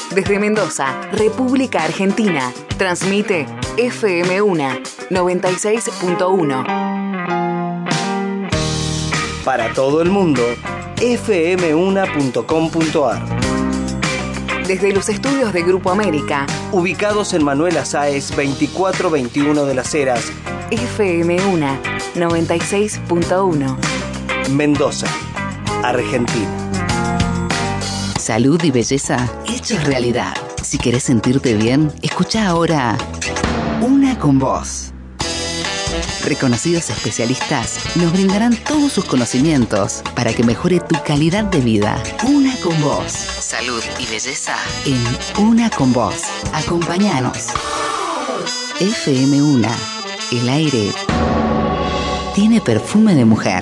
Desde Mendoza, República Argentina, transmite FM UNA 96.1. Para todo el mundo, fmuna.com.ar. Desde los estudios de Grupo América, ubicados en Manuel Azáez 2421 de las Heras, FM UNA 96.1. Mendoza, Argentina. Salud y belleza hechos realidad. Si querés sentirte bien, escucha ahora Una con Vos. Reconocidos especialistas nos brindarán todos sus conocimientos para que mejore tu calidad de vida. Una con Vos. Salud y belleza en Una con Vos. Acompáñanos. FM UNA. El aire tiene perfume de mujer.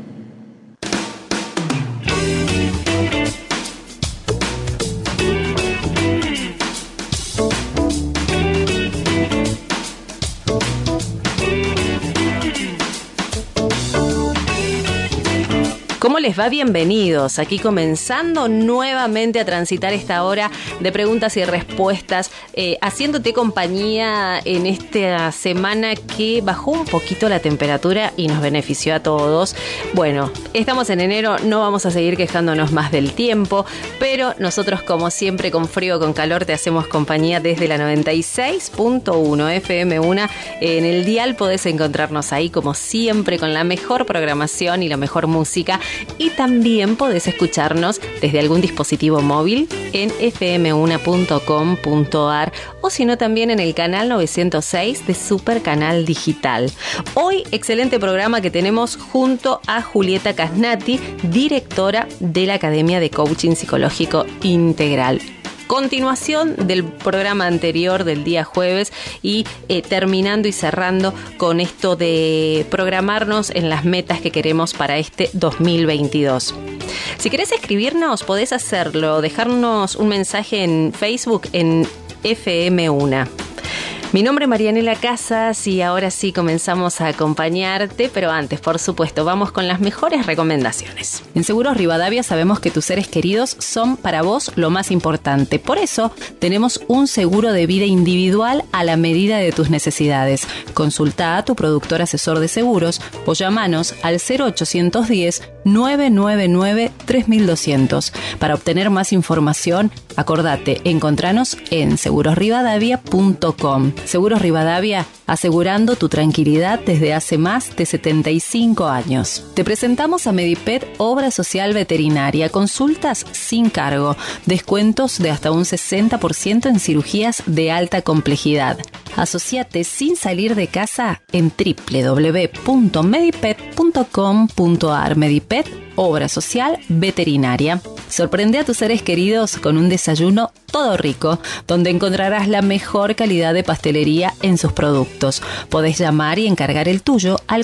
¿Cómo les va? Bienvenidos. Aquí comenzando nuevamente a transitar esta hora de preguntas y respuestas, haciéndote compañía en esta semana que bajó un poquito la temperatura y nos benefició a todos. Bueno, estamos en enero, no vamos a seguir quejándonos más del tiempo, pero nosotros, como siempre, con frío o con calor, te hacemos compañía desde la 96.1 FM UNA. En el dial podés encontrarnos ahí, como siempre, con la mejor programación y la mejor música. Y también podés escucharnos desde algún dispositivo móvil en fmuna.com.ar o si no también en el canal 906 de Super Canal Digital. Hoy, excelente programa que tenemos junto a Julieta Casnati, directora de la Academia de Coaching Psicológico Integral. Continuación del programa anterior del día jueves y terminando y cerrando con esto de programarnos en las metas que queremos para este 2022. Si querés escribirnos, podés hacerlo, dejarnos un mensaje en Facebook en FM UNA. Mi nombre es Marianela Casas y ahora sí comenzamos a acompañarte, pero antes, por supuesto, vamos con las mejores recomendaciones. En Seguros Rivadavia sabemos que tus seres queridos son para vos lo más importante. Por eso tenemos un seguro de vida individual a la medida de tus necesidades. Consulta a tu productor asesor de seguros o llamanos al 0810-999-3200. Para obtener más información, acordate, encontranos en segurosrivadavia.com. Seguros Rivadavia, asegurando tu tranquilidad desde hace más de 75 años. Te presentamos a Medipet Obra Social Veterinaria, consultas sin cargo, descuentos de hasta un 60% en cirugías de alta complejidad. Asociate sin salir de casa en www.medipet.com.ar. Medipet Obra Social Veterinaria. Sorprende a tus seres queridos con un desayuno todo rico, donde encontrarás la mejor calidad de pastelería en sus productos. Podés llamar y encargar el tuyo al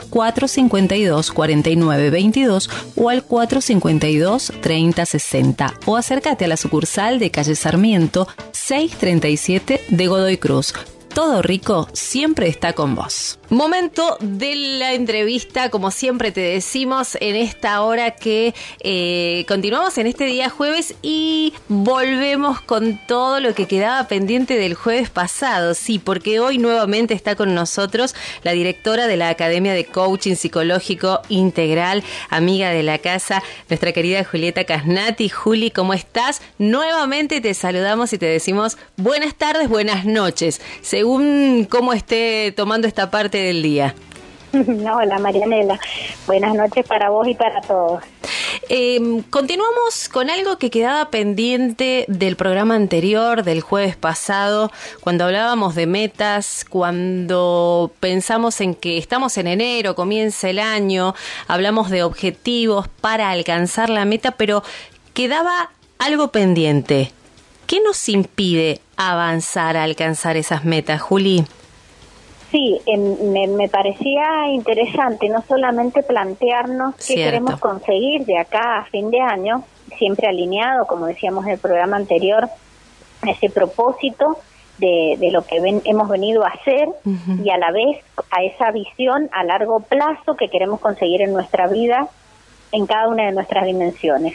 452-4922 o al 452-3060 o acércate a la sucursal de calle Sarmiento 637 de Godoy Cruz. Todo rico siempre está con vos. Momento de la entrevista, como siempre te decimos, en esta hora que continuamos en este día jueves y volvemos con todo lo que quedaba pendiente del jueves pasado. Sí, porque hoy nuevamente está con nosotros la directora de la Academia de Coaching Psicológico Integral, amiga de la casa, nuestra querida Julieta Casnati. Juli, ¿cómo estás? Nuevamente te saludamos y te decimos buenas tardes, buenas noches, según cómo esté tomando esta parte del día. Hola Marianela, buenas noches para vos y para todos. Continuamos con algo que quedaba pendiente del programa anterior, del jueves pasado, cuando hablábamos de metas, cuando pensamos en que estamos en enero, comienza el año, hablamos de objetivos para alcanzar la meta, pero quedaba algo pendiente. ¿Qué nos impide avanzar a alcanzar esas metas, Juli? Sí, me parecía interesante no solamente plantearnos qué queremos conseguir de acá a fin de año, siempre alineado, como decíamos en el programa anterior, ese propósito de lo que hemos venido a hacer y a la vez a esa visión a largo plazo que queremos conseguir en nuestra vida en cada una de nuestras dimensiones.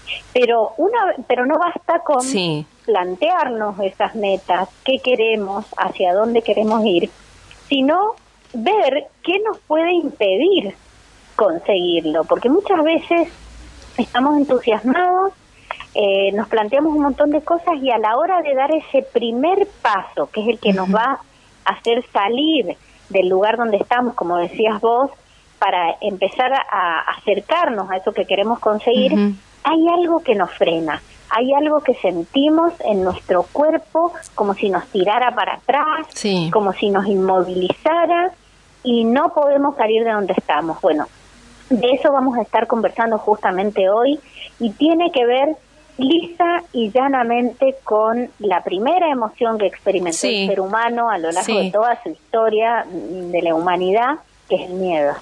Pero no basta con plantearnos esas metas, qué queremos, hacia dónde queremos ir, sino ver qué nos puede impedir conseguirlo, porque muchas veces estamos entusiasmados, nos planteamos un montón de cosas y a la hora de dar ese primer paso, que es el que nos va a hacer salir del lugar donde estamos, como decías vos, para empezar a acercarnos a eso que queremos conseguir, hay algo que nos frena, hay algo que sentimos en nuestro cuerpo como si nos tirara para atrás, como si nos inmovilizara y no podemos salir de donde estamos. Bueno, de eso vamos a estar conversando justamente hoy y tiene que ver lisa y llanamente con la primera emoción que experimentó el ser humano a lo largo de toda su historia de la humanidad, que es el miedo.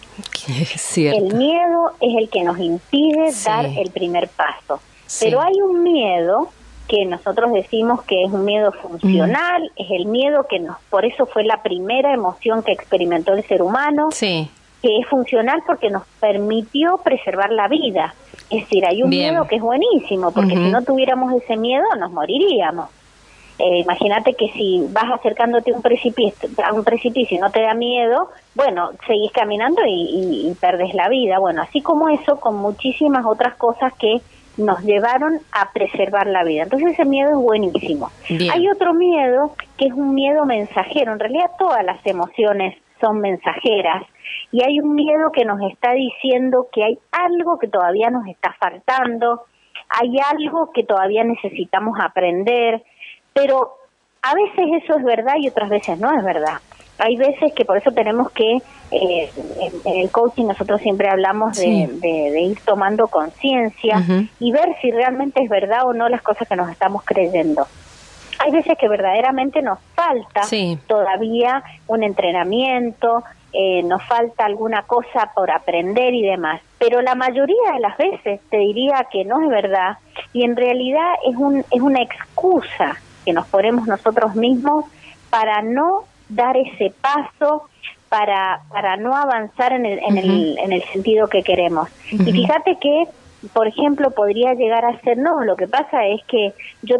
Es cierto. El miedo es el que nos impide dar el primer paso. Pero hay un miedo que nosotros decimos que es un miedo funcional, es el miedo que por eso fue la primera emoción que experimentó el ser humano, que es funcional porque nos permitió preservar la vida. Es decir, hay un miedo que es buenísimo, porque si no tuviéramos ese miedo nos moriríamos. Imagínate que si vas acercándote a un precipicio y no te da miedo, bueno, seguís caminando y perdes la vida. Bueno, así como eso, con muchísimas otras cosas que nos llevaron a preservar la vida. Entonces ese miedo es buenísimo. Hay otro miedo que es un miedo mensajero. En realidad todas las emociones son mensajeras y hay un miedo que nos está diciendo que hay algo que todavía nos está faltando, hay algo que todavía necesitamos aprender, pero a veces eso es verdad y otras veces no es verdad. Hay veces que por eso tenemos que, en el coaching nosotros siempre hablamos de ir tomando conciencia y ver si realmente es verdad o no las cosas que nos estamos creyendo. Hay veces que verdaderamente nos falta todavía un entrenamiento, nos falta alguna cosa por aprender y demás, pero la mayoría de las veces te diría que no es verdad y en realidad es una excusa que nos ponemos nosotros mismos para no dar ese paso, para no avanzar en el sentido que queremos. Y fíjate que, por ejemplo, podría llegar a ser, no, lo que pasa es que yo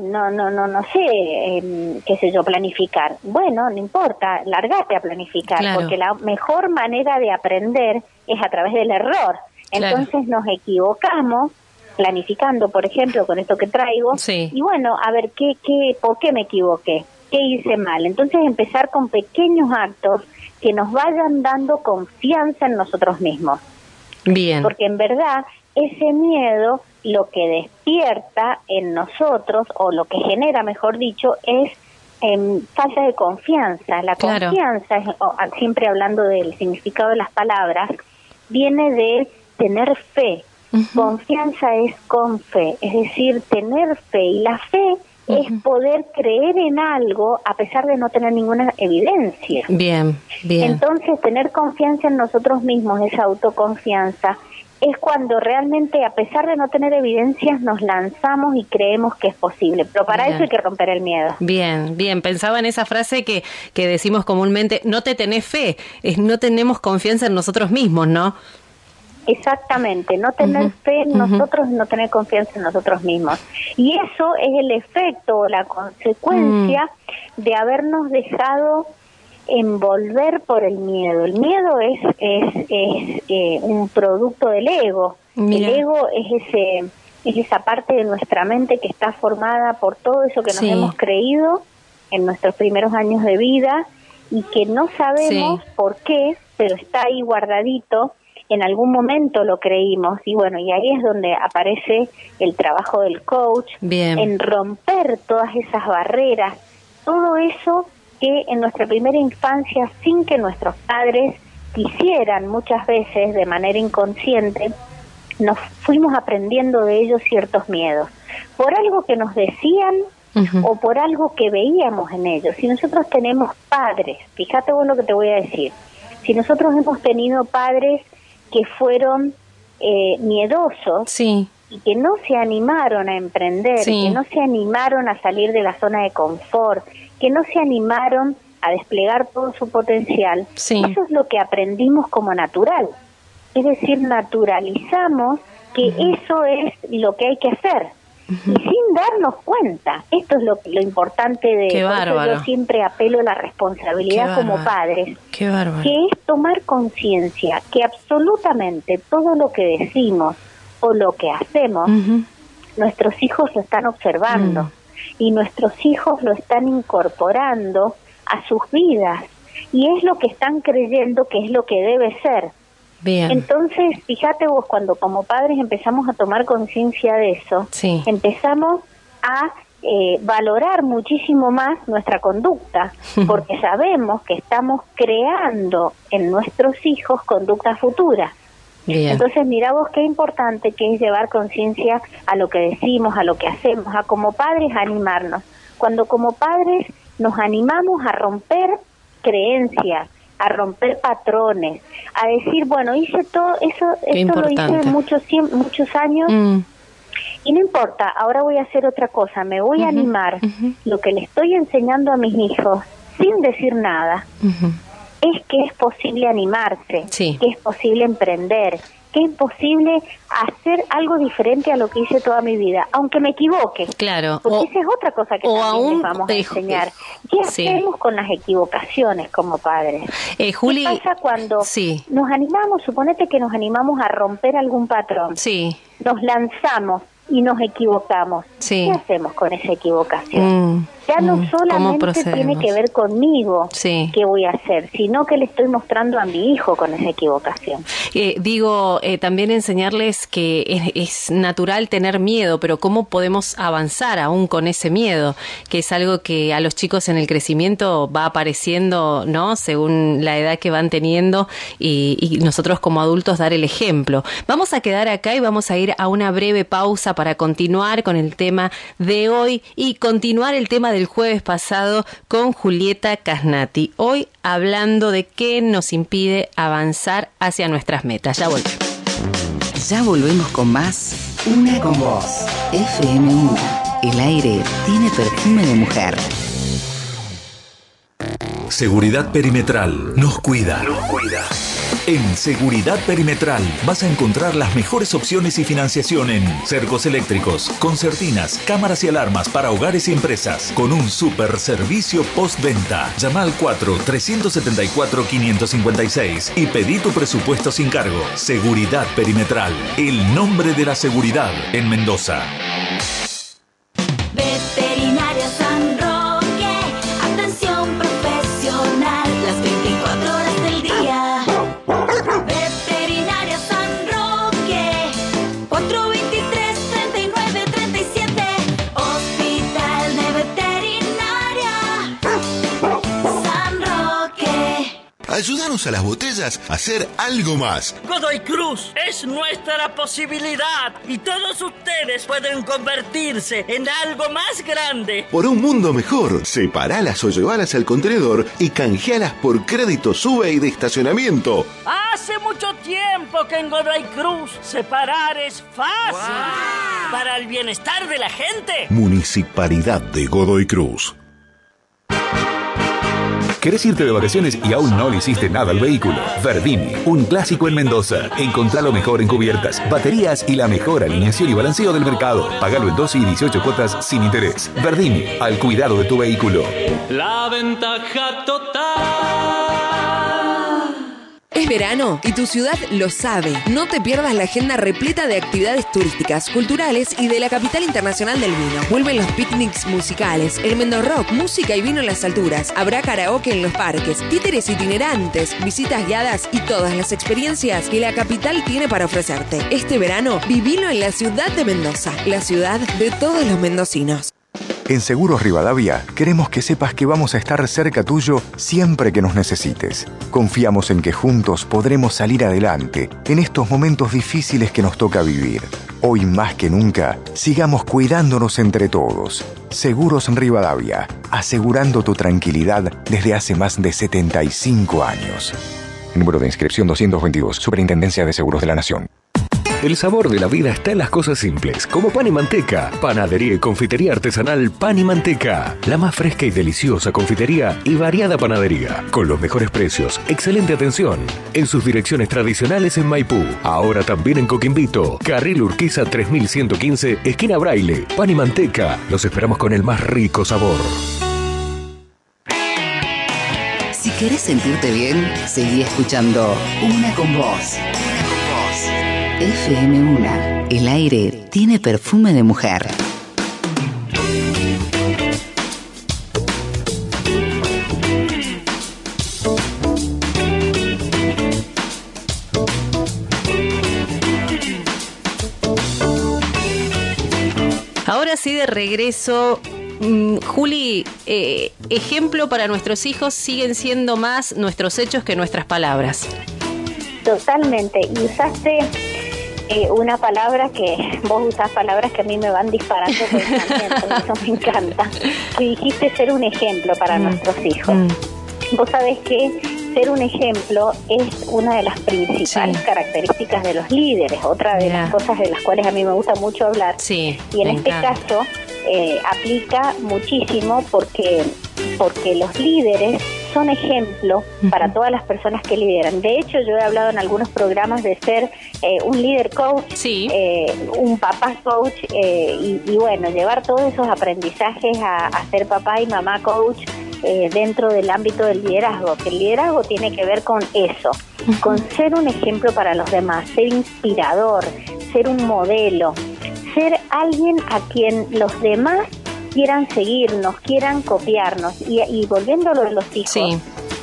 no sé, qué sé yo, planificar. Bueno, no importa, largate a planificar, porque la mejor manera de aprender es a través del error. Entonces nos equivocamos planificando, por ejemplo, con esto que traigo, y bueno, a ver, ¿por qué me equivoqué? ¿Qué hice mal? Entonces empezar con pequeños actos que nos vayan dando confianza en nosotros mismos. Bien. Porque en verdad ese miedo lo que despierta en nosotros, o lo que genera, mejor dicho, es falta de confianza. La confianza, siempre hablando del significado de las palabras, viene de tener fe. Confianza es con fe, es decir, tener fe, y la fe es poder creer en algo a pesar de no tener ninguna evidencia. Bien. Entonces, tener confianza en nosotros mismos, esa autoconfianza, es cuando realmente, a pesar de no tener evidencias, nos lanzamos y creemos que es posible. Pero para eso hay que romper el miedo. Bien. Pensaba en esa frase que decimos comúnmente, no te tenés fe, no tenemos confianza en nosotros mismos, ¿no? Exactamente, no tener fe en nosotros, no tener confianza en nosotros mismos. Y eso es el efecto o la consecuencia de habernos dejado envolver por el miedo. El miedo es un producto del ego. El ego es esa parte de nuestra mente que está formada por todo eso que nos hemos creído en nuestros primeros años de vida y que no sabemos por qué, pero está ahí guardadito. En algún momento lo creímos y bueno, y ahí es donde aparece el trabajo del coach, en romper todas esas barreras, todo eso que en nuestra primera infancia, sin que nuestros padres quisieran, muchas veces de manera inconsciente, nos fuimos aprendiendo de ellos ciertos miedos, por algo que nos decían o por algo que veíamos en ellos. Si nosotros tenemos padres, fíjate vos lo que te voy a decir, si nosotros hemos tenido padres que fueron miedosos y que no se animaron a emprender, que no se animaron a salir de la zona de confort, que no se animaron a desplegar todo su potencial, eso es lo que aprendimos como natural. Es decir, naturalizamos que eso es lo que hay que hacer. Y sin darnos cuenta, esto es lo importante de eso. Yo siempre apelo a la responsabilidad como padres, que es tomar conciencia que absolutamente todo lo que decimos o lo que hacemos, nuestros hijos lo están observando y nuestros hijos lo están incorporando a sus vidas y es lo que están creyendo que es lo que debe ser. Bien. Entonces, fíjate vos, cuando como padres empezamos a tomar conciencia de eso, empezamos a valorar muchísimo más nuestra conducta, porque sabemos que estamos creando en nuestros hijos conductas futuras. Bien. Entonces, mira vos qué importante que es llevar conciencia a lo que decimos, a lo que hacemos, a como padres animarnos. Cuando como padres nos animamos a romper creencias, a romper patrones, a decir, bueno, hice todo eso, esto lo hice muchos años y no importa, ahora voy a hacer otra cosa, me voy a animar. Lo que le estoy enseñando a mis hijos, sin decir nada, es que es posible animarse, que es posible emprender, que es posible hacer algo diferente a lo que hice toda mi vida, aunque me equivoque. Claro. Porque esa es otra cosa que también les vamos a enseñar. ¿Qué hacemos con las equivocaciones como padres? Juli, ¿qué pasa cuando nos animamos, suponete que nos animamos a romper algún patrón? Nos lanzamos y nos equivocamos. ¿Qué hacemos con esa equivocación? Ya no solamente tiene que ver conmigo qué voy a hacer, sino que le estoy mostrando a mi hijo con esa equivocación. También enseñarles que es natural tener miedo, pero cómo podemos avanzar aún con ese miedo, que es algo que a los chicos en el crecimiento va apareciendo, ¿no? Según la edad que van teniendo y nosotros como adultos dar el ejemplo. Vamos a quedar acá y vamos a ir a una breve pausa para continuar con el tema de hoy y continuar el tema del jueves pasado con Julieta Casnati. Hoy hablando de qué nos impide avanzar hacia nuestras metas. Ya volvemos. Ya volvemos con más Una con Vos. FM1. El aire tiene perfume de mujer. Seguridad Perimetral nos cuida. En Seguridad Perimetral vas a encontrar las mejores opciones y financiación en cercos eléctricos, concertinas, cámaras y alarmas para hogares y empresas, con un super servicio postventa. Llama al 4-374-556 y pedí tu presupuesto sin cargo. Seguridad Perimetral, el nombre de la seguridad en Mendoza. Veterinaria San Roque, atención profesional, las 24 horas del día. Veterinaria San Roque, 423-3937, Hospital de Veterinaria San Roque. Ayúdanos a las botellas a hacer algo más. Godoy Cruz es nuestra posibilidad y todos ustedes pueden convertirse en algo más grande. Por un mundo mejor, separalas o llevalas al contenedor y canjealas por crédito SUBE y de estacionamiento. Hace mucho tiempo que en Godoy Cruz separar es fácil. ¡Wow! Para el bienestar de la gente. Municipalidad de Godoy Cruz. ¿Querés irte de vacaciones y aún no le hiciste nada al vehículo? Verdini, un clásico en Mendoza. Encontrá lo mejor en cubiertas, baterías y la mejor alineación y balanceo del mercado. Pagalo en 12 y 18 cuotas sin interés. Verdini, al cuidado de tu vehículo. La ventaja total. Es verano y tu ciudad lo sabe. No te pierdas la agenda repleta de actividades turísticas, culturales y de la capital internacional del vino. Vuelven los picnics musicales, el Mendorrock, música y vino en las alturas. Habrá karaoke en los parques, títeres itinerantes, visitas guiadas y todas las experiencias que la capital tiene para ofrecerte. Este verano, vivilo en la ciudad de Mendoza, la ciudad de todos los mendocinos. En Seguros Rivadavia queremos que sepas que vamos a estar cerca tuyo siempre que nos necesites. Confiamos en que juntos podremos salir adelante en estos momentos difíciles que nos toca vivir. Hoy más que nunca, sigamos cuidándonos entre todos. Seguros Rivadavia, asegurando tu tranquilidad desde hace más de 75 años. Número de inscripción 222, Superintendencia de Seguros de la Nación. El sabor de la vida está en las cosas simples, como pan y manteca. Panadería y confitería artesanal Pan y Manteca. La más fresca y deliciosa confitería y variada panadería. Con los mejores precios, excelente atención. En sus direcciones tradicionales en Maipú. Ahora también en Coquimbito. Carril Urquiza 3115, esquina Braille. Pan y Manteca. Los esperamos con el más rico sabor. Si querés sentirte bien, seguí escuchando Una con Vos. FM1. El aire tiene perfume de mujer. Ahora sí, de regreso. Juli, ejemplo para nuestros hijos siguen siendo más nuestros hechos que nuestras palabras. Totalmente. Y usaste una palabra que vos usás, palabras que a mí me van disparando pensamientos, eso me encanta. Que dijiste ser un ejemplo para nuestros hijos. Vos sabés que ser un ejemplo es una de las principales características de los líderes, otra de las cosas de las cuales a mí me gusta mucho hablar. Y en este caso aplica muchísimo porque los líderes son ejemplo para todas las personas que lideran. De hecho, yo he hablado en algunos programas de ser un líder coach, un papá coach, y bueno, llevar todos esos aprendizajes a ser papá y mamá coach dentro del ámbito del liderazgo, que el liderazgo tiene que ver con eso, con ser un ejemplo para los demás, ser inspirador, ser un modelo, ser alguien a quien los demás quieran seguirnos, quieran copiarnos. Y volviéndolo a los hijos,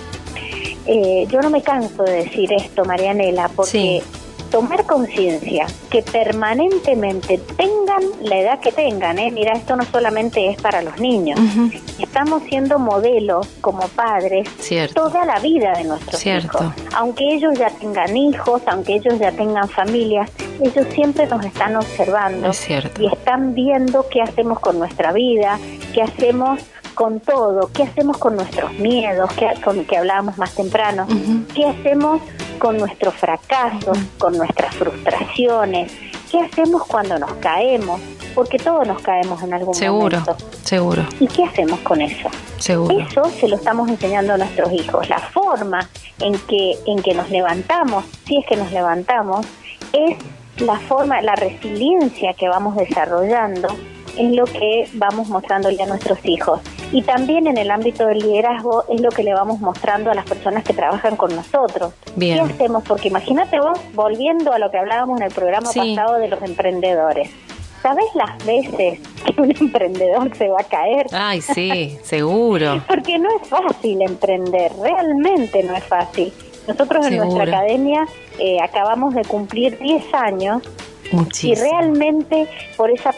yo no me canso de decir esto, Marianela, porque tomar conciencia que permanentemente tengan la edad que tengan, mira, esto no solamente es para los niños, estamos siendo modelos como padres toda la vida de nuestros hijos, aunque ellos ya tengan hijos, aunque ellos ya tengan familias, ellos siempre nos están observando y están viendo qué hacemos con nuestra vida, qué hacemos con todo, qué hacemos con nuestros miedos, que hablábamos más temprano, qué hacemos con nuestros fracasos, con nuestras frustraciones, qué hacemos cuando nos caemos, porque todos nos caemos en algún momento. Seguro. ¿Y qué hacemos con eso? Seguro. Eso se lo estamos enseñando a nuestros hijos. La forma en que nos levantamos, si es que nos levantamos, es la forma, la resiliencia que vamos desarrollando, es lo que vamos mostrándole a nuestros hijos. Y también en el ámbito del liderazgo es lo que le vamos mostrando a las personas que trabajan con nosotros. ¿Qué hacemos? Porque imagínate vos, volviendo a lo que hablábamos en el programa pasado de los emprendedores. ¿Sabés las veces que un emprendedor se va a caer? Ay, sí, seguro. Porque no es fácil emprender, realmente no es fácil. Nosotros en nuestra academia acabamos de cumplir 10 años. Muchísimo. Y realmente por esa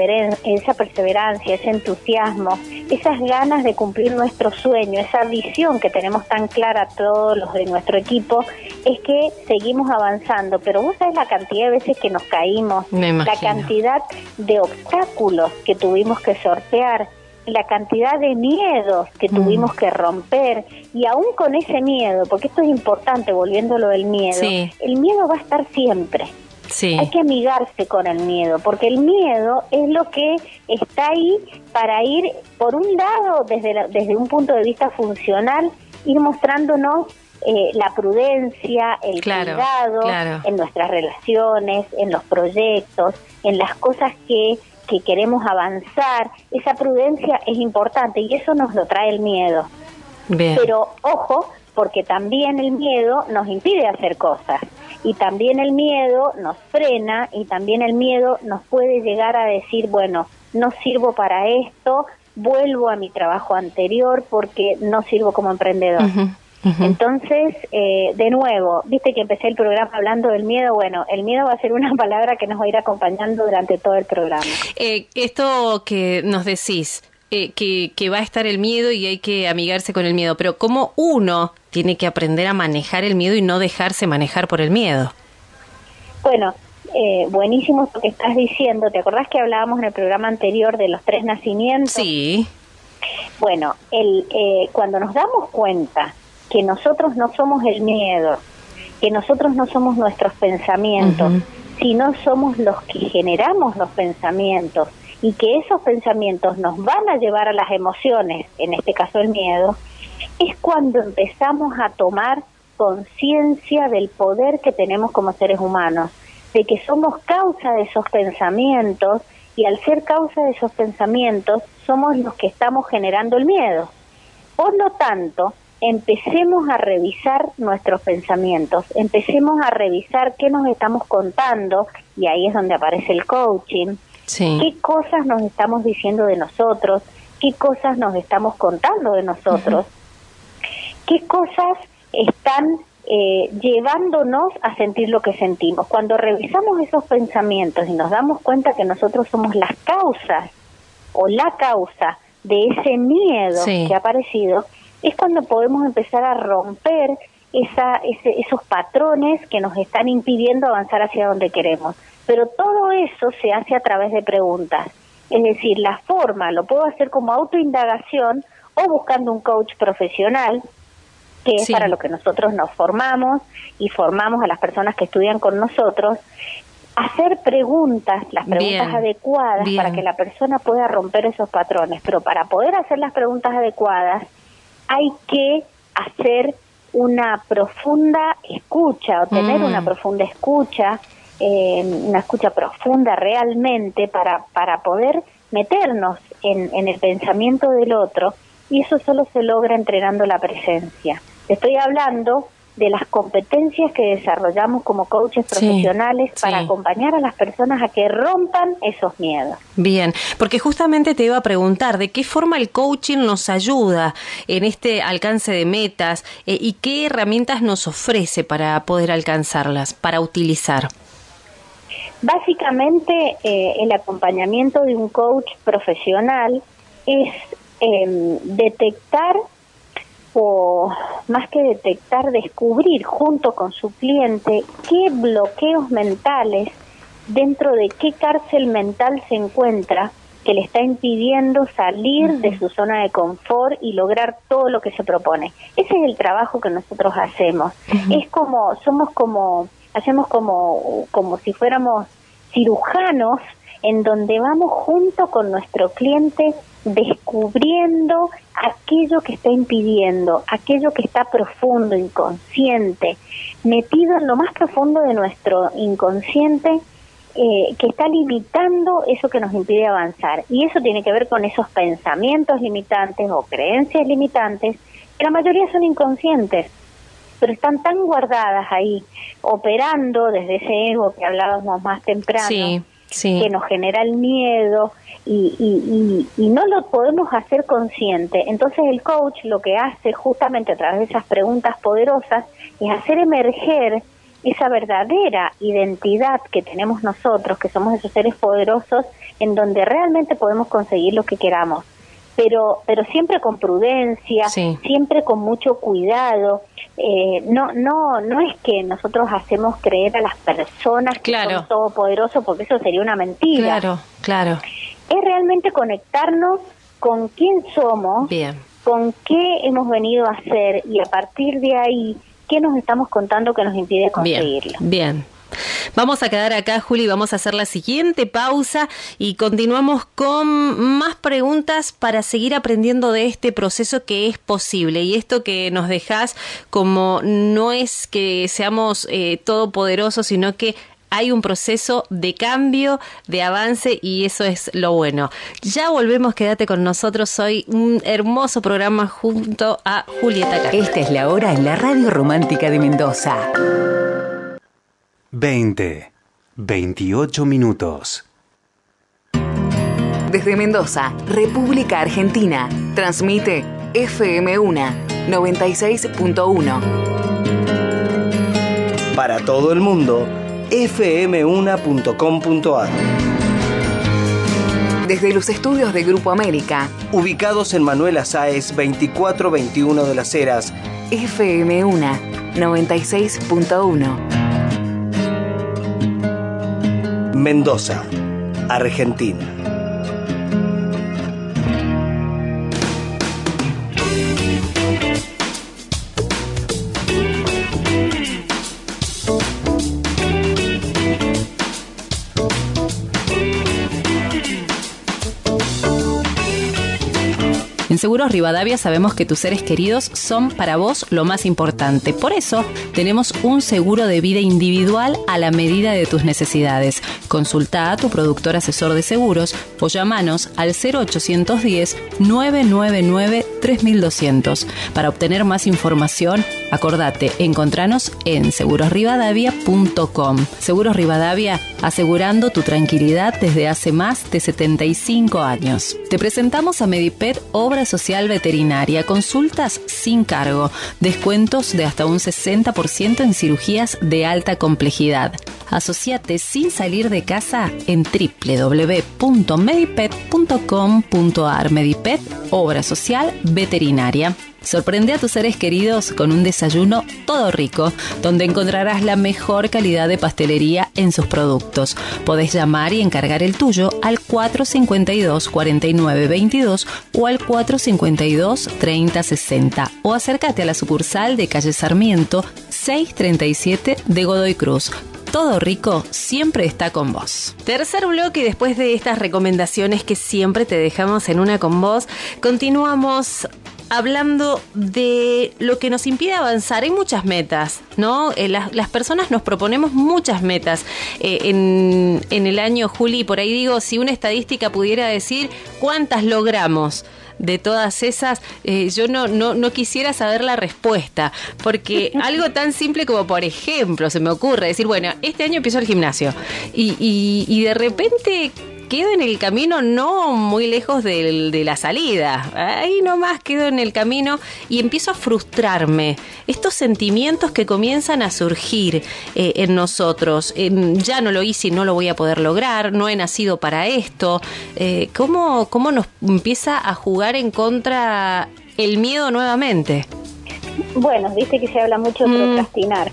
perseverancia, ese entusiasmo, esas ganas de cumplir nuestro sueño, esa visión que tenemos tan clara todos los de nuestro equipo, es que seguimos avanzando. Pero vos sabés la cantidad de veces que nos caímos, la cantidad de obstáculos que tuvimos que sortear, la cantidad de miedos que tuvimos que romper, y aún con ese miedo, porque esto es importante, volviéndolo del miedo, el miedo va a estar siempre. Hay que amigarse con el miedo, porque el miedo es lo que está ahí para ir, por un lado, desde un punto de vista funcional, ir mostrándonos la prudencia, el cuidado en nuestras relaciones, en los proyectos, en las cosas que queremos avanzar. Esa prudencia es importante y eso nos lo trae el miedo. Pero ojo, porque también el miedo nos impide hacer cosas. Y también el miedo nos frena, y también el miedo nos puede llegar a decir, bueno, no sirvo para esto, vuelvo a mi trabajo anterior porque no sirvo como emprendedor. Entonces, de nuevo, viste que empecé el programa hablando del miedo. Bueno, el miedo va a ser una palabra que nos va a ir acompañando durante todo el programa. Esto que nos decís, que va a estar el miedo y hay que amigarse con el miedo, pero ¿cómo uno tiene que aprender a manejar el miedo y no dejarse manejar por el miedo? Bueno, buenísimo lo que estás diciendo. ¿Te acordás que hablábamos en el programa anterior de los 3 nacimientos? Sí. Bueno, cuando nos damos cuenta que nosotros no somos el miedo, que nosotros no somos nuestros pensamientos, sino somos los que generamos los pensamientos, y que esos pensamientos nos van a llevar a las emociones, en este caso el miedo, es cuando empezamos a tomar conciencia del poder que tenemos como seres humanos, de que somos causa de esos pensamientos, y al ser causa de esos pensamientos somos los que estamos generando el miedo. Por lo tanto, empecemos a revisar nuestros pensamientos, empecemos a revisar qué nos estamos contando, y ahí es donde aparece el coaching. Sí. ¿Qué cosas nos estamos diciendo de nosotros? ¿Qué cosas nos estamos contando de nosotros? ¿Qué cosas están llevándonos a sentir lo que sentimos? Cuando revisamos esos pensamientos y nos damos cuenta que nosotros somos las causas o la causa de ese miedo que ha aparecido, es cuando podemos empezar a romper esos patrones que nos están impidiendo avanzar hacia donde queremos. Pero todo eso se hace a través de preguntas. Es decir, la forma lo puedo hacer como autoindagación o buscando un coach profesional, que es para lo que nosotros nos formamos y formamos a las personas que estudian con nosotros, hacer preguntas, las preguntas adecuadas para que la persona pueda romper esos patrones. Pero para poder hacer las preguntas adecuadas hay que hacer una profunda escucha o tener una profunda escucha, una escucha profunda realmente para poder meternos en el pensamiento del otro, y eso solo se logra entrenando la presencia. Estoy hablando de las competencias que desarrollamos como coaches profesionales para acompañar a las personas a que rompan esos miedos. Bien, porque justamente te iba a preguntar de qué forma el coaching nos ayuda en este alcance de metas y qué herramientas nos ofrece para poder alcanzarlas, para utilizar. Básicamente, el acompañamiento de un coach profesional es detectar, o más que detectar, descubrir junto con su cliente qué bloqueos mentales, dentro de qué cárcel mental se encuentra, que le está impidiendo salir de su zona de confort y lograr todo lo que se propone. Ese es el trabajo que nosotros hacemos. Es como, hacemos como si fuéramos cirujanos, en donde vamos junto con nuestro cliente descubriendo aquello que está impidiendo, aquello que está profundo, inconsciente, metido en lo más profundo de nuestro inconsciente, que está limitando eso que nos impide avanzar. Y eso tiene que ver con esos pensamientos limitantes o creencias limitantes, que la mayoría son inconscientes, pero están tan guardadas ahí, operando desde ese ego que hablábamos más temprano, que nos genera el miedo, y no lo podemos hacer consciente. Entonces el coach lo que hace justamente a través de esas preguntas poderosas es hacer emerger esa verdadera identidad que tenemos nosotros, que somos esos seres poderosos en donde realmente podemos conseguir lo que queramos, pero siempre con prudencia, siempre con mucho cuidado. No es que nosotros hacemos creer a las personas que son todopoderosos, porque eso sería una mentira. Claro. Es realmente conectarnos con quién somos, con qué hemos venido a hacer, y a partir de ahí, qué nos estamos contando que nos impide conseguirlo. Bien. Vamos a quedar acá, Juli, vamos a hacer la siguiente pausa y continuamos con más preguntas para seguir aprendiendo de este proceso que es posible. Y esto que nos dejás, como no es que seamos todopoderosos, sino que hay un proceso de cambio, de avance, y eso es lo bueno. Ya volvemos, quédate con nosotros hoy, un hermoso programa junto a Julieta Castro. Esta es la hora en la Radio Romántica de Mendoza. 28 minutos. Desde Mendoza, República Argentina, transmite FM1 96.1. Para todo el mundo, fm1.com.ar. Desde los estudios de Grupo América, ubicados en Manuela Sáez 2421 de Las Heras, FM1 96.1. Mendoza, Argentina. En Seguros Rivadavia sabemos que tus seres queridos son para vos lo más importante. Por eso tenemos un seguro de vida individual a la medida de tus necesidades. Consulta a tu productor asesor de seguros o llámanos al 0810-999-3200. Para obtener más información, acordate, encontranos en segurosrivadavia.com. Seguros Rivadavia, asegurando tu tranquilidad desde hace más de 75 años. Te presentamos a Medipet Obra Social Veterinaria. Consultas sin cargo. Descuentos de hasta un 60% en cirugías de alta complejidad. Asociate sin salir de casa en www.medipet.com.ar. Medipet Obra Social Veterinaria. Sorprende a tus seres queridos con un desayuno todo rico, donde encontrarás la mejor calidad de pastelería en sus productos. Podés llamar y encargar el tuyo al 452-4922 o al 452-3060 o acércate a la sucursal de calle Sarmiento 637 de Godoy Cruz. Todo rico siempre está con vos. Tercer bloque, y después de estas recomendaciones que siempre te dejamos en Una con Vos, continuamos hablando de lo que nos impide avanzar. Hay muchas metas, ¿no? Las personas nos proponemos muchas metas en el año, Juli. Por ahí digo, si una estadística pudiera decir cuántas logramos de todas esas, yo no quisiera saber la respuesta, porque algo tan simple como, por ejemplo, se me ocurre decir, bueno, este año empiezo el gimnasio y de repente quedo en el camino, no muy lejos de la salida, ahí nomás quedo en el camino y empiezo a frustrarme. Estos sentimientos que comienzan a surgir en nosotros, ya no lo hice y no lo voy a poder lograr, no he nacido para esto. ¿Cómo nos empieza a jugar en contra el miedo nuevamente? Bueno, viste que se habla mucho de procrastinar.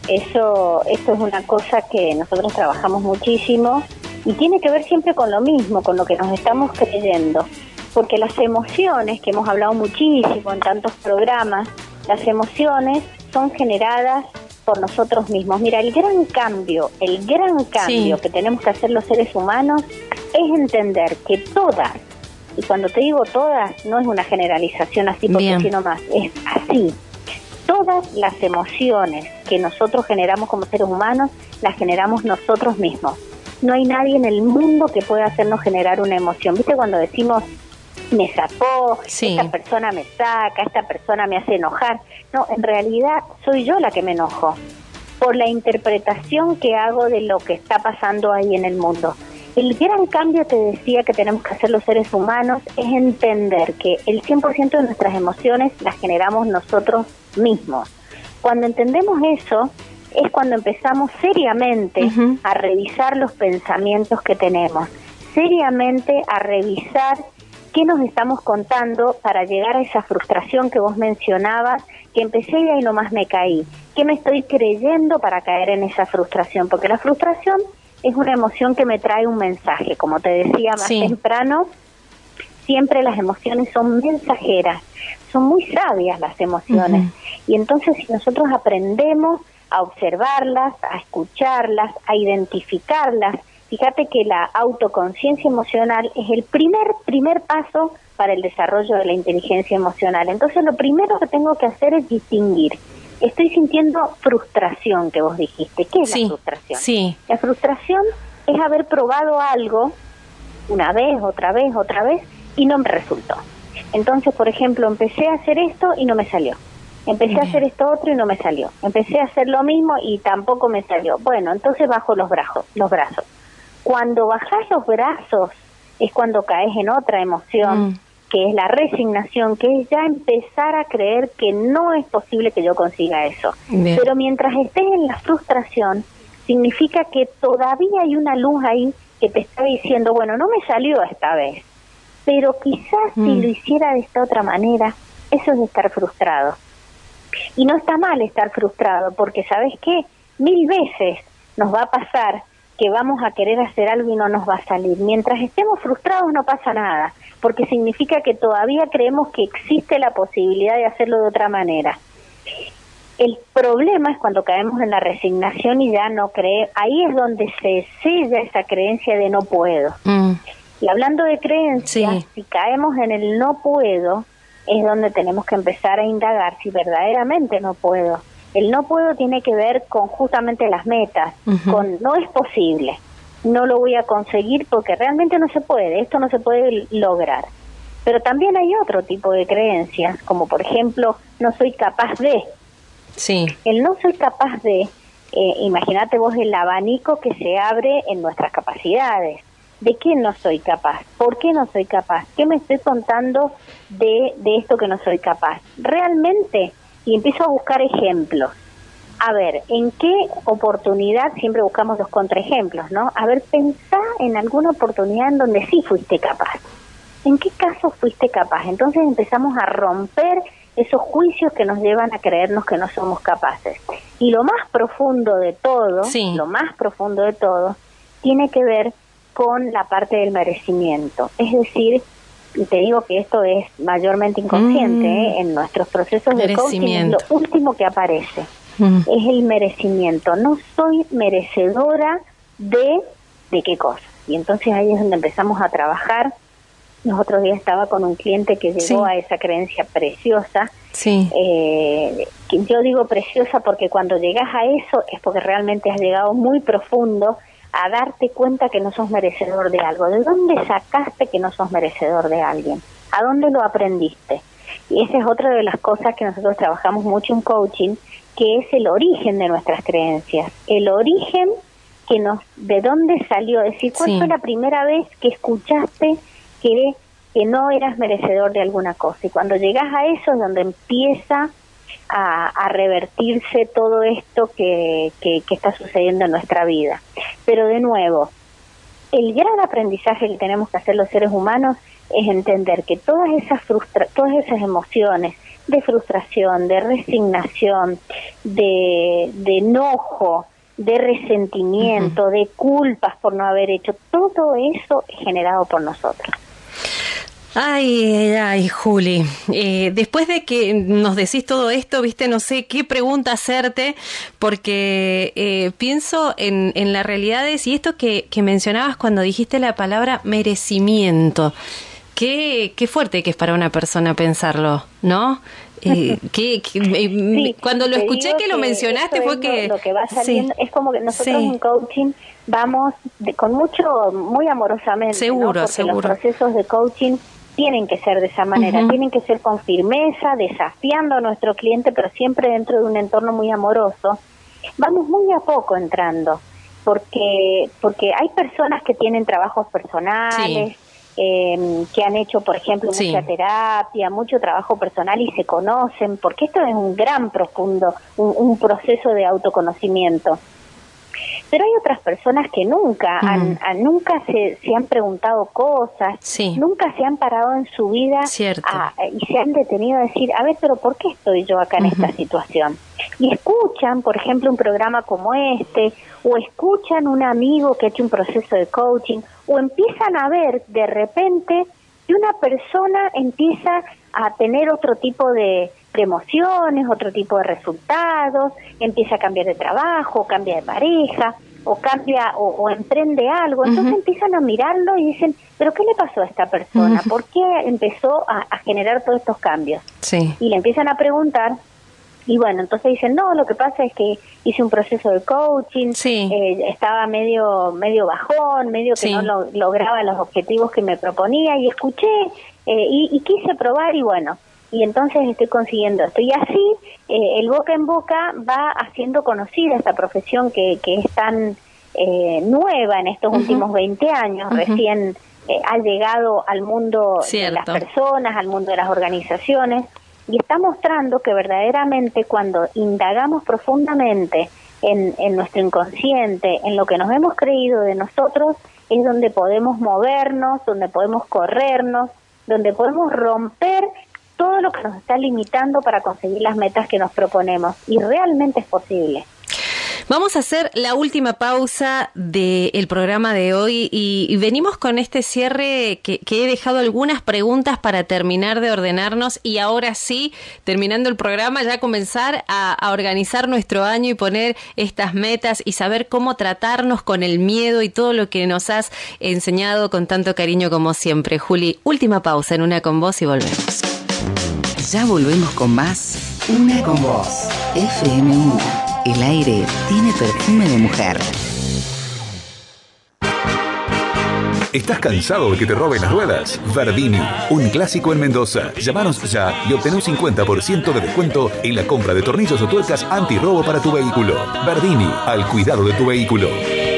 Esto es una cosa que nosotros trabajamos muchísimo. Y tiene que ver siempre con lo mismo, con lo que nos estamos creyendo. Porque las emociones, que hemos hablado muchísimo en tantos programas, las emociones son generadas por nosotros mismos. Mira, el gran cambio sí, que tenemos que hacer los seres humanos es entender que todas, y cuando te digo todas, no es una generalización así porque si no más, es así. Todas las emociones que nosotros generamos como seres humanos, las generamos nosotros mismos. No hay nadie en el mundo que pueda hacernos generar una emoción. ¿Viste cuando decimos, me sacó, esta persona me saca, esta persona me hace enojar? No, en realidad soy yo la que me enojo por la interpretación que hago de lo que está pasando ahí en el mundo. El gran cambio, te decía, que tenemos que hacer los seres humanos es entender que el 100% de nuestras emociones las generamos nosotros mismos. Cuando entendemos eso, es cuando empezamos seriamente a revisar los pensamientos que tenemos, seriamente a revisar qué nos estamos contando para llegar a esa frustración que vos mencionabas, que empecé y ahí nomás me caí. ¿Qué me estoy creyendo para caer en esa frustración? Porque la frustración es una emoción que me trae un mensaje. Como te decía más temprano, siempre las emociones son mensajeras, son muy sabias las emociones. Y entonces si nosotros aprendemos a observarlas, a escucharlas, a identificarlas. Fíjate que la autoconciencia emocional es el primer paso para el desarrollo de la inteligencia emocional. Entonces lo primero que tengo que hacer es distinguir. Estoy sintiendo frustración, que vos dijiste. ¿Qué es la frustración? La frustración es haber probado algo una vez, otra vez, y no me resultó. Entonces, por ejemplo, empecé a hacer esto y no me salió. Empecé a hacer esto otro y no me salió. Empecé a hacer lo mismo y tampoco me salió. Bueno, entonces bajo los brazos. Cuando bajás los brazos es cuando caes en otra emoción, que es la resignación, que es ya empezar a creer que no es posible que yo consiga eso. Pero mientras estés en la frustración, significa que todavía hay una luz ahí que te está diciendo, bueno, no me salió esta vez, pero quizás si lo hiciera de esta otra manera, eso es estar frustrado. Y no está mal estar frustrado, porque ¿sabes qué? 1000 veces nos va a pasar que vamos a querer hacer algo y no nos va a salir. Mientras estemos frustrados no pasa nada, porque significa que todavía creemos que existe la posibilidad de hacerlo de otra manera. El problema es cuando caemos en la resignación y ya no creemos. Ahí es donde se sella esa creencia de no puedo. Y hablando de creencias, si caemos en el no puedo, es donde tenemos que empezar a indagar si verdaderamente no puedo. El no puedo tiene que ver con justamente las metas, con no es posible, no lo voy a conseguir porque realmente no se puede, esto no se puede lograr. Pero también hay otro tipo de creencias, como por ejemplo, no soy capaz de. Sí. El no soy capaz de, imagínate vos el abanico que se abre en nuestras capacidades. ¿De qué no soy capaz? ¿Por qué no soy capaz? ¿Qué me estoy contando de esto que no soy capaz? Realmente, y empiezo a buscar ejemplos. A ver, ¿en qué oportunidad siempre buscamos los contraejemplos, no? A ver, pensá en alguna oportunidad en donde sí fuiste capaz. ¿En qué caso fuiste capaz? Entonces empezamos a romper esos juicios que nos llevan a creernos que no somos capaces. Y lo más profundo de todo, tiene que ver con la parte del merecimiento. Es decir, y te digo que esto es mayormente inconsciente, en nuestros procesos de coaching es lo último que aparece. Es el merecimiento. No soy merecedora de qué cosa. Y entonces ahí es donde empezamos a trabajar. Los otros días estaba con un cliente que llegó a esa creencia preciosa. Que yo digo preciosa porque cuando llegas a eso es porque realmente has llegado muy profundo a darte cuenta que no sos merecedor de algo. ¿De dónde sacaste que no sos merecedor de alguien? ¿A dónde lo aprendiste? Y esa es otra de las cosas que nosotros trabajamos mucho en coaching, que es el origen de nuestras creencias. El origen de dónde salió. Es decir, ¿cuál fue la primera vez que escuchaste que no eras merecedor de alguna cosa? Y cuando llegas a eso es donde empieza a revertirse todo esto que está sucediendo en nuestra vida. Pero de nuevo, el gran aprendizaje que tenemos que hacer los seres humanos es entender que todas esas emociones de frustración, de resignación, de enojo, de resentimiento, de culpas por no haber hecho, todo eso es generado por nosotros. Ay, Juli, después de que nos decís todo esto, viste, no sé qué pregunta hacerte, porque pienso en la realidad y esto que mencionabas cuando dijiste la palabra merecimiento. Qué fuerte que es para una persona pensarlo, ¿no? Cuando lo escuché que lo mencionaste fue que... Lo que va saliendo es como que nosotros en coaching vamos muy amorosamente, seguro, ¿no? Porque los procesos de coaching tienen que ser de esa manera, tienen que ser con firmeza, desafiando a nuestro cliente, pero siempre dentro de un entorno muy amoroso. Vamos muy a poco entrando, porque hay personas que tienen trabajos personales, que han hecho, por ejemplo, mucha terapia, mucho trabajo personal y se conocen, porque esto es un gran profundo, un proceso de autoconocimiento. Pero hay otras personas que nunca se han preguntado cosas, nunca se han parado en su vida y se han detenido a decir, a ver, pero ¿por qué estoy yo acá en esta situación? Y escuchan, por ejemplo, un programa como este, o escuchan un amigo que ha hecho un proceso de coaching, o empiezan a ver de repente que una persona empieza a tener otro tipo de emociones, otro tipo de resultados, empieza a cambiar de trabajo, cambia de pareja, o cambia o emprende algo, entonces empiezan a mirarlo y dicen, ¿pero qué le pasó a esta persona? ¿Por qué empezó a generar todos estos cambios? Y le empiezan a preguntar, y bueno, entonces dicen, no, lo que pasa es que hice un proceso de coaching, estaba medio bajón, medio que no lograba los objetivos que me proponía, y escuché, y quise probar, y bueno, y entonces estoy consiguiendo esto. Y así, el boca en boca va haciendo conocida esta profesión que es tan nueva en estos últimos 20 años, recién ha llegado al mundo de las personas, al mundo de las organizaciones, y está mostrando que verdaderamente cuando indagamos profundamente en nuestro inconsciente, en lo que nos hemos creído de nosotros, es donde podemos movernos, donde podemos corrernos, donde podemos romper todo lo que nos está limitando para conseguir las metas que nos proponemos. Y realmente es posible. Vamos a hacer la última pausa del programa de hoy y venimos con este cierre que he dejado algunas preguntas para terminar de ordenarnos y ahora sí, terminando el programa, ya comenzar a organizar nuestro año y poner estas metas y saber cómo tratarnos con el miedo y todo lo que nos has enseñado con tanto cariño como siempre. Juli, última pausa en Una con Vos y volvemos. Ya volvemos con más Una con Vos. FM1. El aire tiene perfume de mujer. ¿Estás cansado de que te roben las ruedas? Verdini, un clásico en Mendoza. Llámanos ya y obtén un 50% de descuento en la compra de tornillos o tuercas antirrobo para tu vehículo. Verdini, al cuidado de tu vehículo.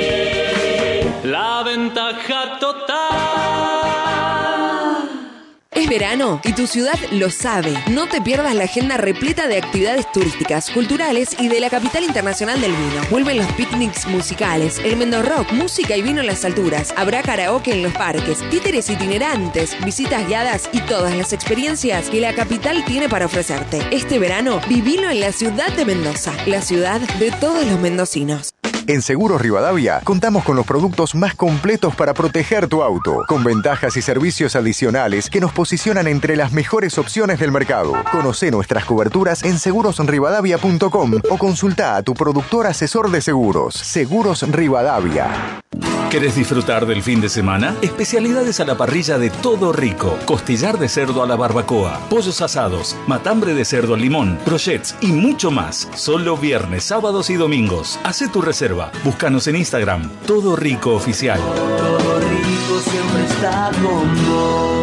La ventaja total. Es verano y tu ciudad lo sabe. No te pierdas la agenda repleta de actividades turísticas, culturales y de la capital internacional del vino. Vuelven los picnics musicales, el Mendorrock, música y vino en las alturas. Habrá karaoke en los parques, títeres itinerantes, visitas guiadas y todas las experiencias que la capital tiene para ofrecerte. Este verano, vivilo en la ciudad de Mendoza, la ciudad de todos los mendocinos. En Seguros Rivadavia contamos con los productos más completos para proteger tu auto, con ventajas y servicios adicionales que nos posicionan entre las mejores opciones del mercado. Conoce nuestras coberturas en segurosrivadavia.com o consulta a tu productor asesor de seguros. Seguros Rivadavia. ¿Querés disfrutar del fin de semana? Especialidades a la parrilla de Todo Rico. Costillar de cerdo a la barbacoa, pollos asados, matambre de cerdo al limón, brochets y mucho más. Solo viernes, sábados y domingos. Hacé tu reserva. Búscanos en Instagram. Todo Rico Oficial. Todo Rico siempre está con vos.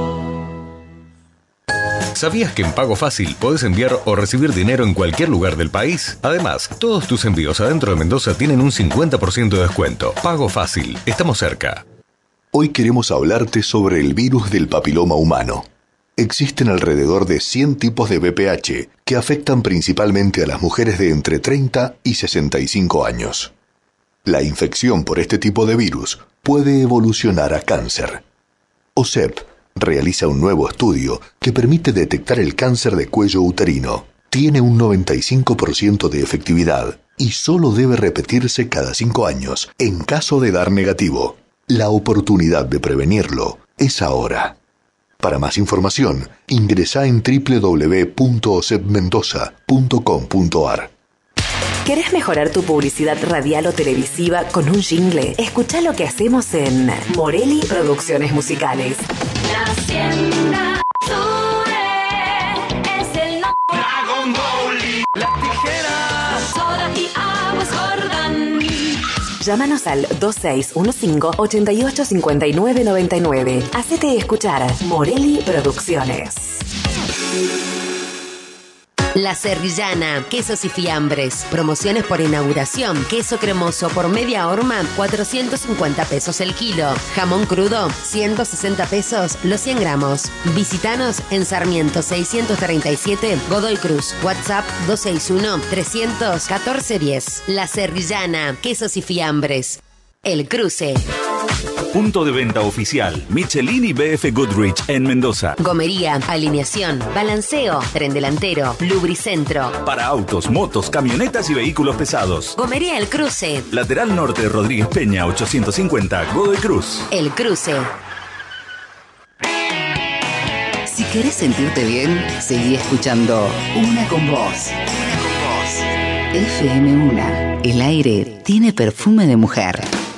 ¿Sabías que en Pago Fácil podés enviar o recibir dinero en cualquier lugar del país? Además, todos tus envíos adentro de Mendoza tienen un 50% de descuento. Pago Fácil. Estamos cerca. Hoy queremos hablarte sobre el virus del papiloma humano. Existen alrededor de 100 tipos de VPH que afectan principalmente a las mujeres de entre 30 y 65 años. La infección por este tipo de virus puede evolucionar a cáncer. OSEP realiza un nuevo estudio que permite detectar el cáncer de cuello uterino. Tiene un 95% de efectividad y solo debe repetirse cada 5 años en caso de dar negativo. La oportunidad de prevenirlo es ahora. Para más información, ingresa en www.osepmendoza.com.ar. ¿Querés mejorar tu publicidad radial o televisiva con un jingle? Escuchá lo que hacemos en Morelli Producciones Musicales. La hacienda Sure es el nombre. Dragon Ball, la tijera, soda y aguas Jordan. Llámanos al 2615-885999. Hacete escuchar Morelli Producciones. La Serrillana, quesos y fiambres. Promociones por inauguración. Queso cremoso por media horma, 450 pesos el kilo. Jamón crudo, 160 pesos los 100 gramos. Visítanos en Sarmiento 637, Godoy Cruz. WhatsApp 261-314-10. La Serrillana, quesos y fiambres. El Cruce. Punto de venta oficial Michelin y BF Goodrich en Mendoza. Gomería, alineación, balanceo, tren delantero, lubricentro. Para autos, motos, camionetas y vehículos pesados. Gomería El Cruce. Lateral Norte Rodríguez Peña 850, Godoy Cruz. El Cruce. Si querés sentirte bien, seguí escuchando Una con Vos. FM1. El aire tiene perfume de mujer.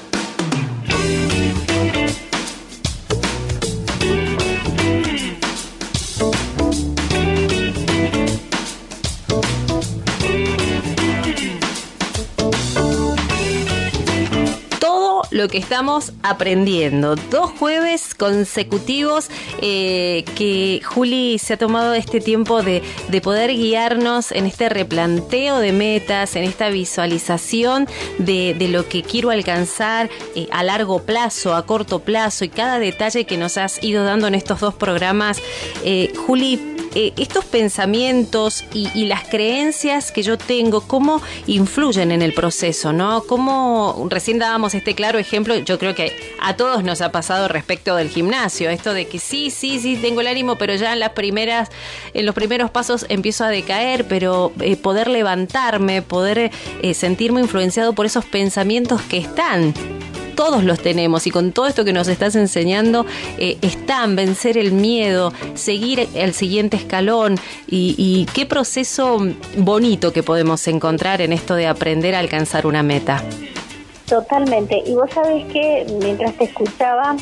Lo que estamos aprendiendo. 2 jueves consecutivos que Juli se ha tomado este tiempo de poder guiarnos en este replanteo de metas, en esta visualización de lo que quiero alcanzar a largo plazo, a corto plazo, y cada detalle que nos has ido dando en estos 2 programas. Juli, estos pensamientos y las creencias que yo tengo, ¿cómo influyen en el proceso, no? Cómo recién dábamos este claro ejemplo ejemplo, yo creo que a todos nos ha pasado respecto del gimnasio, esto de que sí, tengo el ánimo, pero ya en los primeros pasos empiezo a decaer, pero poder levantarme, poder sentirme influenciado por esos pensamientos que están. Todos los tenemos, y con todo esto que nos estás enseñando están vencer el miedo, seguir el siguiente escalón, y qué proceso bonito que podemos encontrar en esto de aprender a alcanzar una meta. Totalmente. Y vos sabés que mientras te escuchaba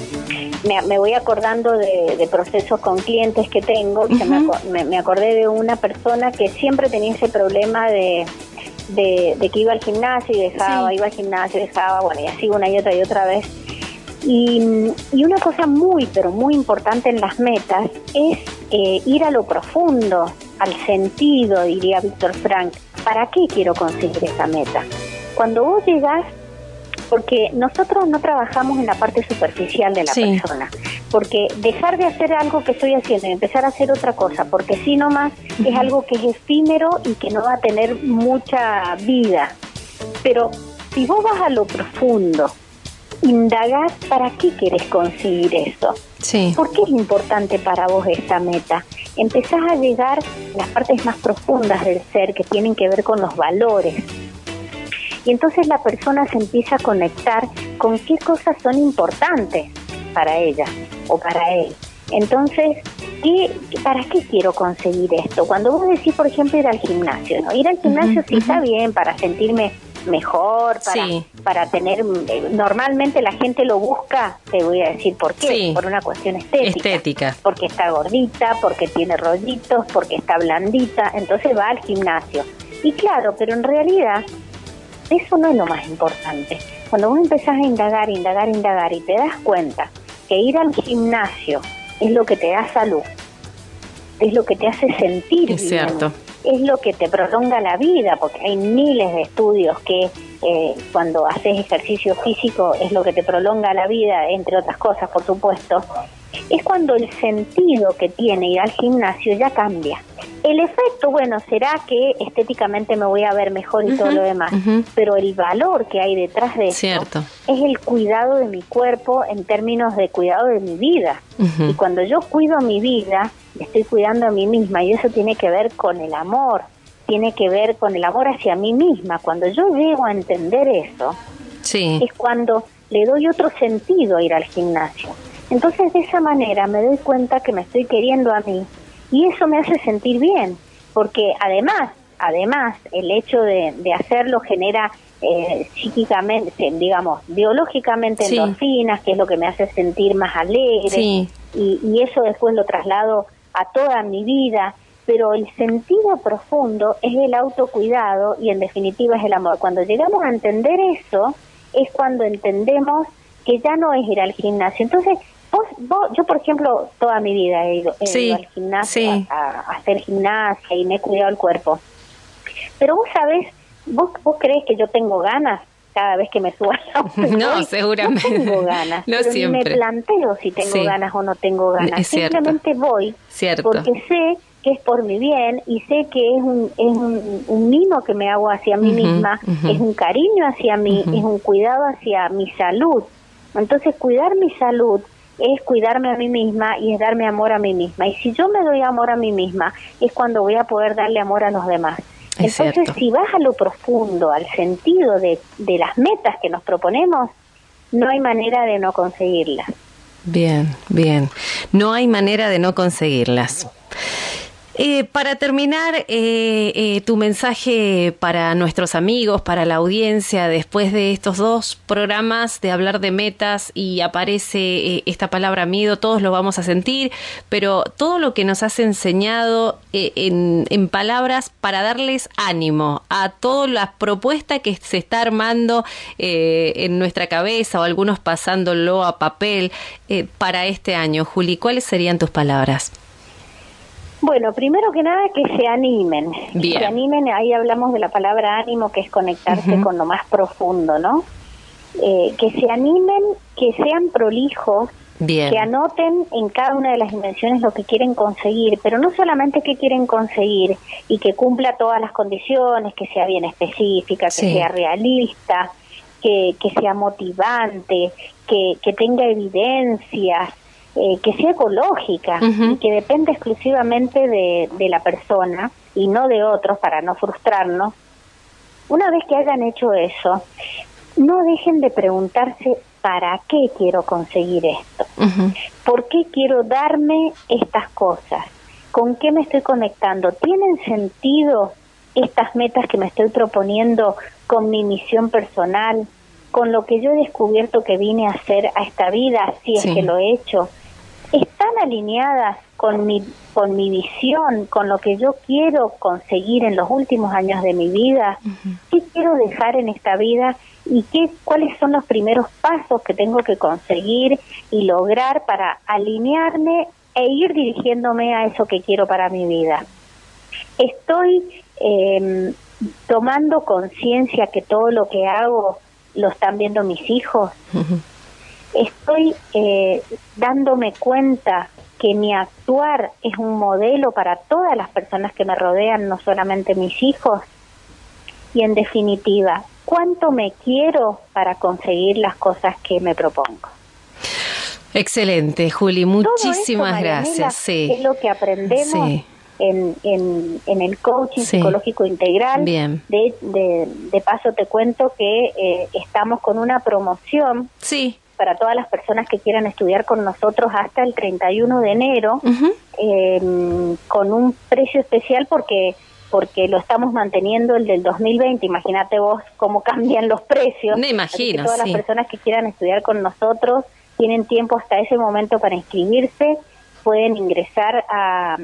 me voy acordando de procesos con clientes que tengo. Me acordé de una persona que siempre tenía ese problema de que iba al gimnasio y dejaba, iba al gimnasio y dejaba, bueno, y así una y otra vez. Y una cosa pero muy importante en las metas es ir a lo profundo, al sentido, diría Víctor Frank. ¿Para qué quiero conseguir esa meta? Cuando vos llegás, porque nosotros no trabajamos en la parte superficial de la persona, porque dejar de hacer algo que estoy haciendo y empezar a hacer otra cosa, porque sí nomás es algo que es efímero y que no va a tener mucha vida. Pero si vos vas a lo profundo, indagás para qué querés conseguir eso, ¿por qué es importante para vos esta meta? Empezás a llegar a las partes más profundas del ser, que tienen que ver con los valores. Y entonces la persona se empieza a conectar con qué cosas son importantes para ella o para él. Entonces, ¿para qué quiero conseguir esto? Cuando vos decís, por ejemplo, ir al gimnasio, ¿no? Ir al gimnasio sí está bien para sentirme mejor, para tener... Normalmente la gente lo busca, te voy a decir por qué, por una cuestión estética. Porque está gordita, porque tiene rollitos, porque está blandita, entonces va al gimnasio. Y claro, pero en realidad... eso no es lo más importante. Cuando vos empezás a indagar y te das cuenta que ir al gimnasio es lo que te da salud, es lo que te hace sentir bien, cierto. Es lo que te prolonga la vida, porque hay miles de estudios que cuando haces ejercicio físico es lo que te prolonga la vida, entre otras cosas, por supuesto. Es cuando el sentido que tiene ir al gimnasio ya cambia. El efecto, bueno, será que estéticamente me voy a ver mejor y todo lo demás, pero el valor que hay detrás de eso es el cuidado de mi cuerpo en términos de cuidado de mi vida. Y cuando yo cuido mi vida, estoy cuidando a mí misma, y eso tiene que ver con el amor, tiene que ver con el amor hacia mí misma. Cuando yo llego a entender eso, es cuando le doy otro sentido a ir al gimnasio. Entonces, de esa manera me doy cuenta que me estoy queriendo a mí, y eso me hace sentir bien, porque además el hecho de hacerlo genera psíquicamente, digamos, biológicamente endorfinas, que es lo que me hace sentir más alegre, y eso después lo traslado a toda mi vida. Pero el sentido profundo es el autocuidado, y en definitiva es el amor. Cuando llegamos a entender eso, es cuando entendemos que ya no es ir al gimnasio. Entonces, yo, por ejemplo, toda mi vida he ido al gimnasio a hacer gimnasia, y me he cuidado el cuerpo. Pero vos sabés, vos creés que yo tengo ganas cada vez que me subo a la No, seguramente. No tengo ganas, no pero siempre. Ni me planteo si tengo ganas o no tengo ganas. Simplemente voy porque sé que es por mi bien, y sé que es un mimo que me hago hacia mí misma, es un cariño hacia mí, es un cuidado hacia mi salud. Entonces, cuidar mi salud es cuidarme a mí misma, y es darme amor a mí misma. Y si yo me doy amor a mí misma, es cuando voy a poder darle amor a los demás. Entonces, si vas a lo profundo, al sentido de las metas que nos proponemos, no hay manera de no conseguirlas. Bien. No hay manera de no conseguirlas. Para terminar, tu mensaje para nuestros amigos, para la audiencia, después de estos 2 programas de hablar de metas, y aparece esta palabra miedo, todos lo vamos a sentir, pero todo lo que nos has enseñado en palabras para darles ánimo a toda la propuesta que se está armando en nuestra cabeza, o algunos pasándolo a papel para este año. Juli, ¿cuáles serían tus palabras? Bueno, primero que nada, que se animen. Bien. Que se animen, ahí hablamos de la palabra ánimo, que es conectarse con lo más profundo, ¿no? Que se animen, que sean prolijos, Bien. Que anoten en cada una de las dimensiones lo que quieren conseguir, pero no solamente qué quieren conseguir, y que cumpla todas las condiciones, que sea bien específica, que sea realista, que sea motivante, que tenga evidencias, que sea ecológica y que depende exclusivamente de la persona y no de otros para no frustrarnos. Una vez que hayan hecho eso, no dejen de preguntarse ¿para qué quiero conseguir esto? ¿Por qué quiero darme estas cosas? ¿Con qué me estoy conectando? ¿Tienen sentido estas metas que me estoy proponiendo con mi misión personal, con lo que yo he descubierto que vine a hacer a esta vida, si es que lo he hecho? ¿Están alineadas con mi visión, con lo que yo quiero conseguir en los últimos años de mi vida? ¿Qué quiero dejar en esta vida? ¿Y cuáles son los primeros pasos que tengo que conseguir y lograr para alinearme e ir dirigiéndome a eso que quiero para mi vida? Estoy tomando conciencia que todo lo que hago lo están viendo mis hijos. Estoy dándome cuenta que mi actuar es un modelo para todas las personas que me rodean, no solamente mis hijos. Y en definitiva, ¿cuánto me quiero para conseguir las cosas que me propongo? Excelente, Juli, muchísimas gracias. Sí. Es lo que aprendemos en el coaching psicológico integral. Bien. De paso te cuento que estamos con una promoción para todas las personas que quieran estudiar con nosotros hasta el 31 de enero, con un precio especial porque lo estamos manteniendo el del 2020. Imagínate vos cómo cambian los precios. Me imagino, todas las personas que quieran estudiar con nosotros tienen tiempo hasta ese momento para inscribirse. Pueden ingresar a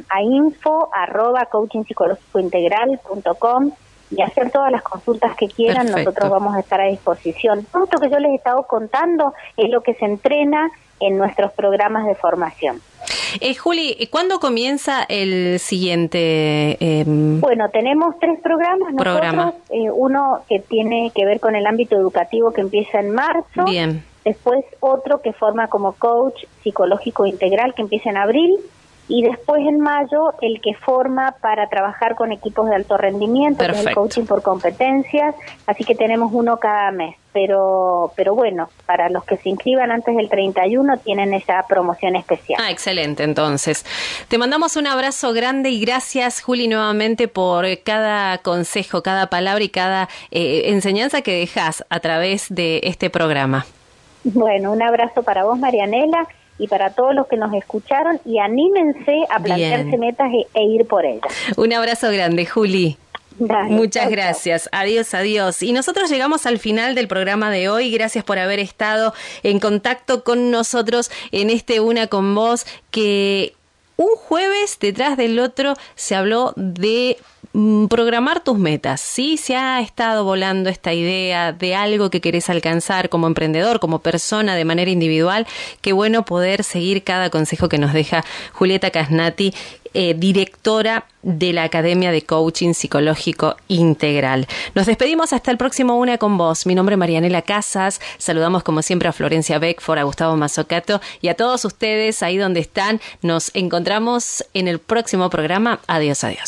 info@coachingpsicológicointegral.com y hacer todas las consultas que quieran. Perfecto. Nosotros vamos a estar a disposición. Todo esto que yo les he estado contando es lo que se entrena en nuestros programas de formación. Juli, ¿cuándo comienza el siguiente? Bueno, tenemos 3 programas. Uno que tiene que ver con el ámbito educativo, que empieza en marzo. Bien. Después otro que forma como coach psicológico integral, que empieza en abril. Y después en mayo el que forma para trabajar con equipos de alto rendimiento, que es el coaching por competencias. Así que tenemos uno cada mes. Pero bueno, para los que se inscriban antes del 31 tienen esa promoción especial. Excelente, entonces. Te mandamos un abrazo grande y gracias, Juli, nuevamente por cada consejo, cada palabra y cada enseñanza que dejas a través de este programa. Bueno, un abrazo para vos, Marianela, y para todos los que nos escucharon, y anímense a plantearse metas e ir por ellas. Un abrazo grande, Juli. Dale, muchas gracias. Adiós, adiós. Y nosotros llegamos al final del programa de hoy. Gracias por haber estado en contacto con nosotros en este Una con Vos, que un jueves detrás del otro se habló de programar tus metas. Sí, se ha estado volando esta idea de algo que querés alcanzar como emprendedor, como persona, de manera individual. Qué bueno poder seguir cada consejo que nos deja Julieta Casnati, directora de la Academia de Coaching Psicológico Integral. Nos despedimos hasta el próximo Una con Vos. Mi nombre es Marianela Casas. Saludamos como siempre a Florencia Beckford, a Gustavo Mazzocato y a todos ustedes ahí donde están. Nos encontramos en el próximo programa. Adiós, adiós.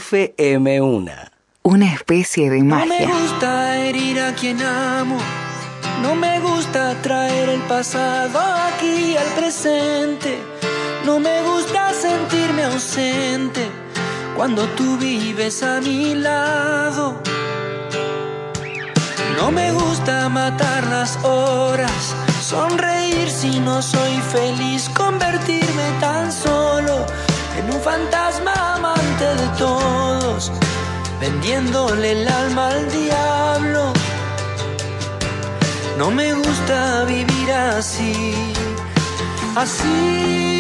FM1. Una especie de magia. No me gusta herir a quien amo. No me gusta traer el pasado aquí al presente. No me gusta sentirme ausente cuando tú vives a mi lado. No me gusta matar las horas, sonreír si no soy feliz, convertirme tan solo en un fantasma amante de todos, vendiéndole el alma al diablo. No me gusta vivir así, así.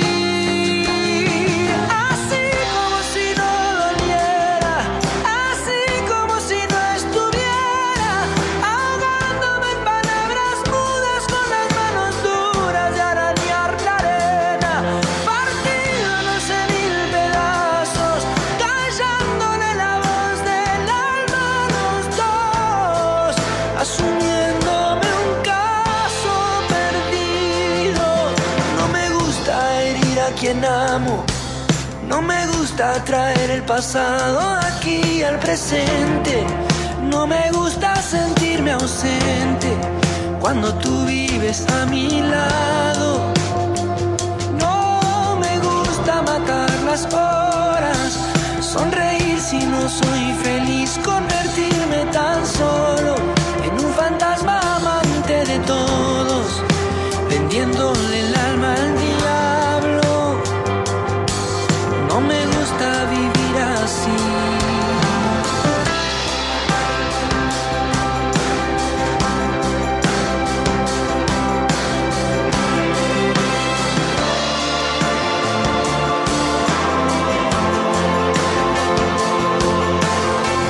Quien amo, no me gusta traer el pasado aquí al presente. No me gusta sentirme ausente cuando tú vives a mi lado. No me gusta matar las horas, sonreír si no soy feliz, convertirme tan solo en un fantasma amante de todos, vendiéndole el alma al diablo. No me gusta vivir así.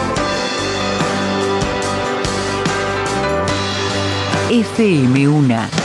FM Una